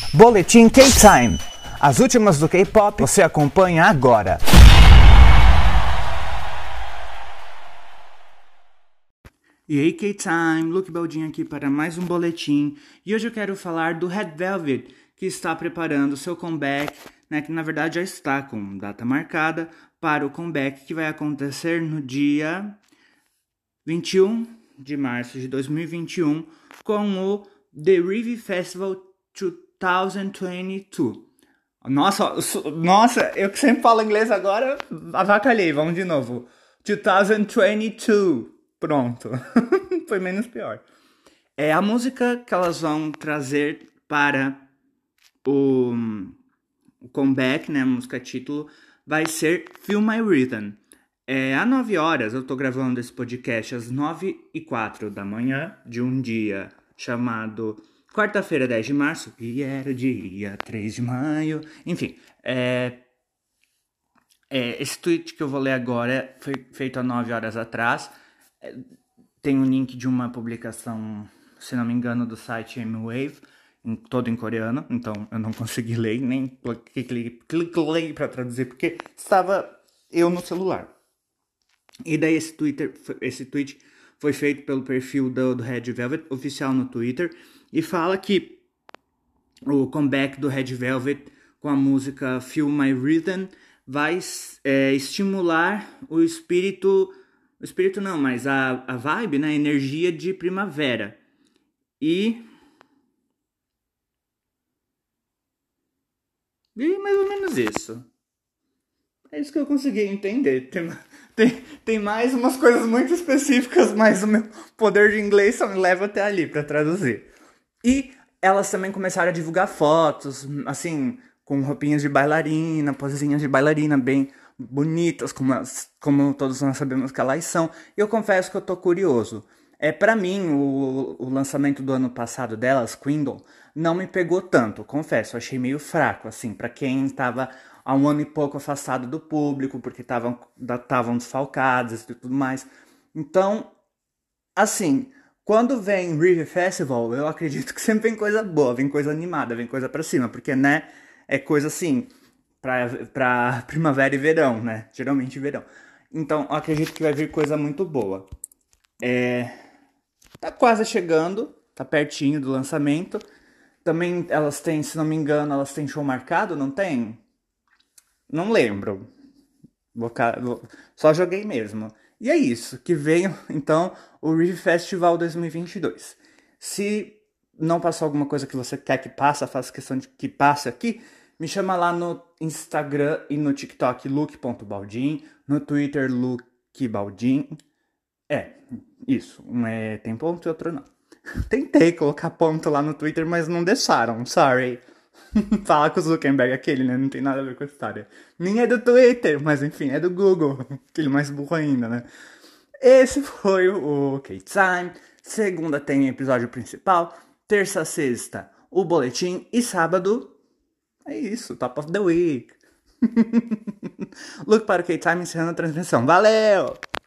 Boletim K-Time. As últimas do K-Pop você acompanha agora. E aí, K-Time, Luke Baldin aqui para mais um boletim. E hoje eu quero falar do Red Velvet, que está preparando seu comeback, né, que na verdade já está com data marcada para o comeback que vai acontecer no dia 21 de março de 2021 com o The Revue Festival 2022. Nossa, eu que sempre falo inglês agora, avacalhei, vamos de novo. 2022, pronto, foi menos pior. É a música que elas vão trazer para o comeback, né, a música título, vai ser Feel My Rhythm. Às 9 horas, eu tô gravando esse podcast às 9h04 da manhã de um dia chamado quarta-feira, 10 de março, e era dia 3 de maio, enfim. Esse tweet que eu vou ler agora foi feito há 9 horas atrás. Tem um link de uma publicação, se não me engano, do site M-Wave, todo em coreano, então eu não consegui ler, nem cliquei para traduzir, porque estava eu no celular. E daí esse tweet foi feito pelo perfil do Red Velvet, oficial no Twitter, e fala que o comeback do Red Velvet com a música Feel My Rhythm vai estimular o espírito não, mas a vibe, né, a energia de primavera. E mais ou menos isso. É isso que eu consegui entender. Tem mais umas coisas muito específicas, mas o meu poder de inglês só me leva até ali para traduzir. E elas também começaram a divulgar fotos, assim, com roupinhas de bailarina, posezinhas de bailarina bem bonitas, como todos nós sabemos que elas são. E eu confesso que eu tô curioso. Pra mim, o lançamento do ano passado delas, Queendom, não me pegou tanto, confesso. Eu achei meio fraco, assim, pra quem tava há um ano e pouco afastado do público, porque estavam desfalcadas e tudo mais. Então, assim, quando vem Revue Festival, eu acredito que sempre vem coisa boa, vem coisa animada, vem coisa pra cima, porque, né, é coisa assim, pra primavera e verão, né, geralmente verão. Então, eu acredito que vai vir coisa muito boa. Tá quase chegando, tá pertinho do lançamento. Também elas têm, se não me engano, elas têm show marcado, não tem? Não lembro. Só joguei mesmo. E é isso, que veio, então, o Revue Festival 2022. Se não passou alguma coisa que você quer que passe, faça questão de que passe aqui, me chama lá no Instagram e no TikTok, luke.baldin, no Twitter, lukebaldin. Isso. Um tem ponto e outro não. Tentei colocar ponto lá no Twitter, mas não deixaram, sorry. Fala com o Zuckerberg, aquele, né? Não tem nada a ver com a história. Nem é do Twitter, mas enfim, é do Google. Aquele mais burro ainda, né? Esse foi o K-Time. Segunda tem o episódio principal. Terça, sexta, o boletim. E sábado, é isso, Top of the Week. Look para o K-Time encerrando a transmissão. Valeu!